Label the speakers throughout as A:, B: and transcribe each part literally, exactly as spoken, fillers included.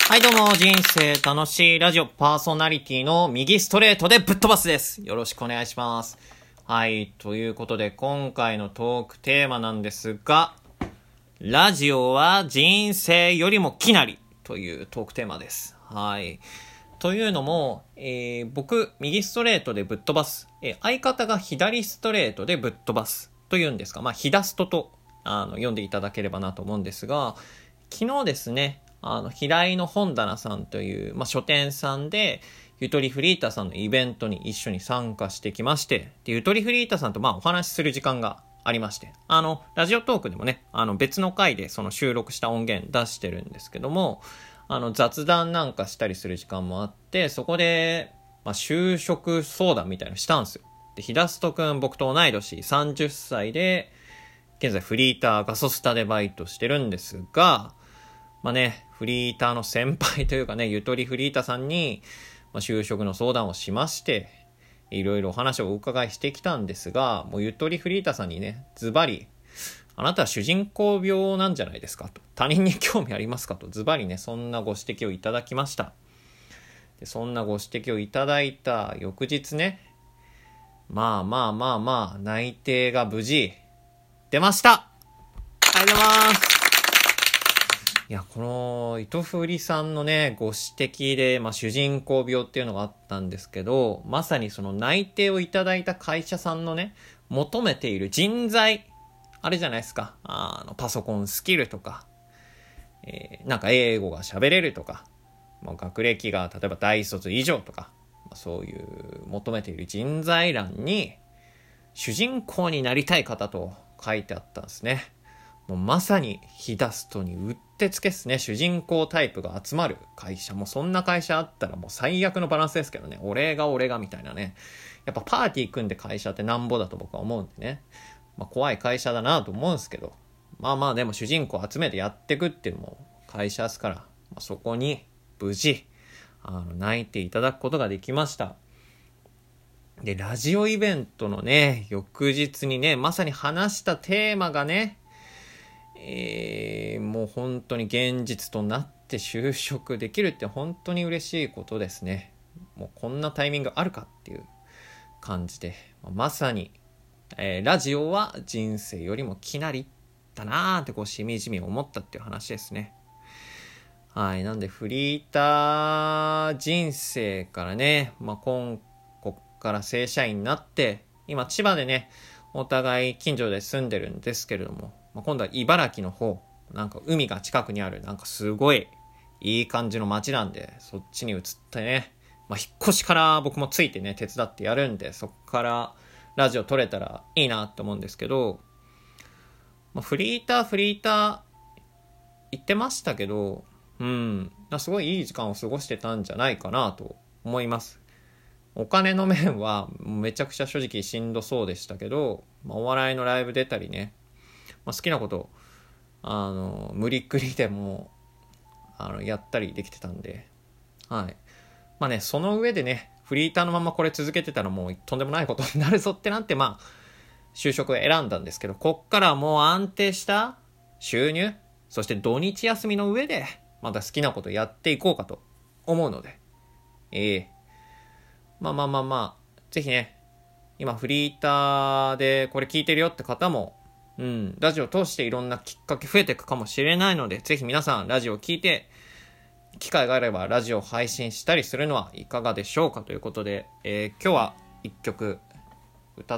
A: はいどうも、人生楽しいラジオパーソナリティの右ストレートでぶっ飛ばすです。よろしくお願いします。はい、ということで今回のトークテーマなんですが、ラジオは人生よりもきなりというトークテーマです。はい。というのも、えー、僕、右ストレートでぶっ飛ばす、えー、相方が左ストレートでぶっ飛ばすというんですか、まあ、ヒダストとあの読んでいただければなと思うんですが、昨日ですね、あの平井の本棚さんという、まあ、書店さんでゆとりフリーターさんのイベントに一緒に参加してきまして、でゆとりフリーターさんとまあお話しする時間がありまして、あのラジオトークでもね、あの別の回でその収録した音源出してるんですけども、あの雑談なんかしたりする時間もあって、そこで、まあ、就職相談みたいなのしたんですよ。でひだすとくん僕と同い年さんじゅっさいで現在フリーターガソスタでバイトしてるんですが、まあね、フリーターの先輩というかね、ゆとりフリーターさんに、まあ、就職の相談をしまして、いろいろお話をお伺いしてきたんですが、もうゆとりフリーターさんにね、ズバリ、あなたは主人公病なんじゃないですかと、他人に興味ありますかと、ズバリね、そんなご指摘をいただきました。でそんなご指摘をいただいた翌日ね、まあまあまあまあ、内定が無事、出ました。ありがとうございます。いや、この糸ふりさんのねご指摘で、まあ、主人公病っていうのがあったんですけど、まさにその内定をいただいた会社さんのね求めている人材あれじゃないですか、あのパソコンスキルとか、えー、なんか英語が喋れるとか、まあ、学歴が例えば大卒以上とか、まあ、そういう求めている人材欄に主人公になりたい方と書いてあったんですね。もうまさにヒダストにうってつけっすね。主人公タイプが集まる会社、もうそんな会社あったらもう最悪のバランスですけどね、俺が俺がみたいなね。やっぱパーティー組んで会社ってなんぼだと僕は思うんでね、まあ、怖い会社だなと思うんですけど、まあまあでも主人公集めてやっていくっていうのも会社ですから、まあ、そこに無事あの泣いていただくことができました。でラジオイベントのね翌日にね、まさに話したテーマがね、えー、もう本当に現実となって就職できるって本当に嬉しいことですね。もうこんなタイミングあるかっていう感じで、まさに、えー、ラジオは人生よりもきなりだなーってこうしみじみ思ったっていう話ですね。はい、なんでフリーター人生からね、まあ、今こっから正社員になって今千葉でねお互い近所で住んでるんですけれども、まあ、今度は茨城の方、なんか海が近くにあるなんかすごいいい感じの街なんで、そっちに移ってね、まあ、引っ越しから僕もついてね手伝ってやるんで、そっからラジオ撮れたらいいなと思うんですけど、まあ、フリーターフリーター言ってましたけど、うんすごいいい時間を過ごしてたんじゃないかなと思います。お金の面はめちゃくちゃ正直しんどそうでしたけど、まあ、お笑いのライブ出たりね、まあ、好きなことあの無理くりでもあのやったりできてたんで、はい、まあね、その上でねフリーターのままこれ続けてたらもうとんでもないことになるぞってなって、まあ就職を選んだんですけど、こっからはもう安定した収入、そして土日休みの上でまた好きなことやっていこうかと思うので、ええまあまあまあまあぜひね、今フリーターでこれ聞いてるよって方も、うん、ラジオを通していろんなきっかけ増えていくかもしれないので、ぜひ皆さんラジオを聞いて、機会があればラジオを配信したりするのはいかがでしょうかということで、えー、今日はいっきょく歌って、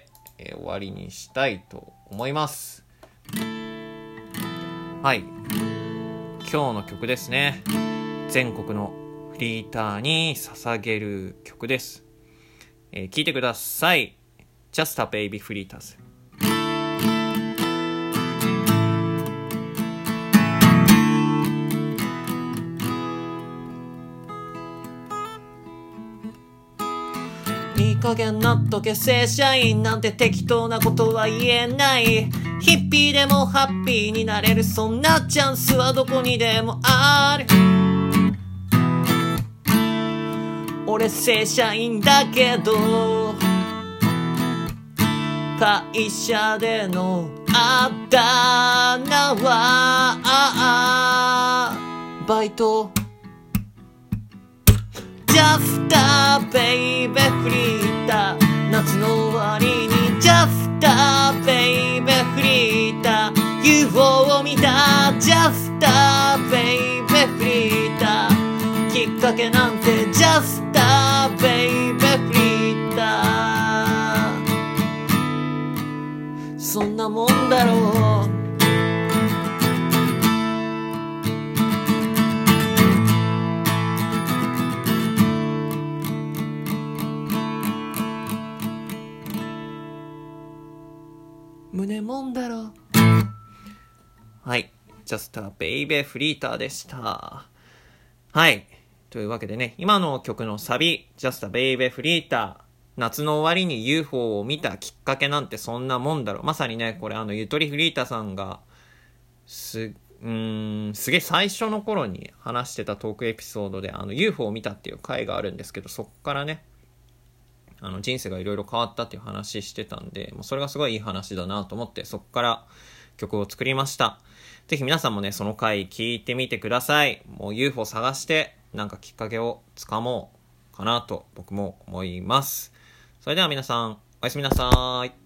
A: えー、終わりにしたいと思います。はい、今日の曲ですね。全国のフリーターに捧げる曲です。えー、聞いてください。 Just a Baby Fritters。いい加減なっとけ正社員なんて適当なことは言えない。ヒッピーでもハッピーになれる、そんなチャンスはどこにでもある。俺正社員だけど会社でのあだ名はバイトスターベイベフリーター夏の終わりにジャスターベイベフリーター ユーフォー を見たジャスターベイベフリーターきっかけなんてジャスターベイベフリーターそんなもんだろう胸もんだろはい。ジャスターベイベーフリーターでした。はい。というわけでね、今の曲のサビ、ジャスターベイベーフリーター、夏の終わりに ユーフォー を見たきっかけなんてそんなもんだろ。まさにね、これあの、ゆとりフリーターさんが、す、うーん、すげえ最初の頃に話してたトークエピソードで、あの、ユーフォー を見たっていう回があるんですけど、そっからね、あの人生がいろいろ変わったっていう話してたんで、もうそれがすごいいい話だなと思って、そっから曲を作りました。ぜひ皆さんもね、その回聞いてみてください。もう ユーフォー 探して、なんかきっかけをつかもうかなと僕も思います。それでは皆さん、おやすみなさい。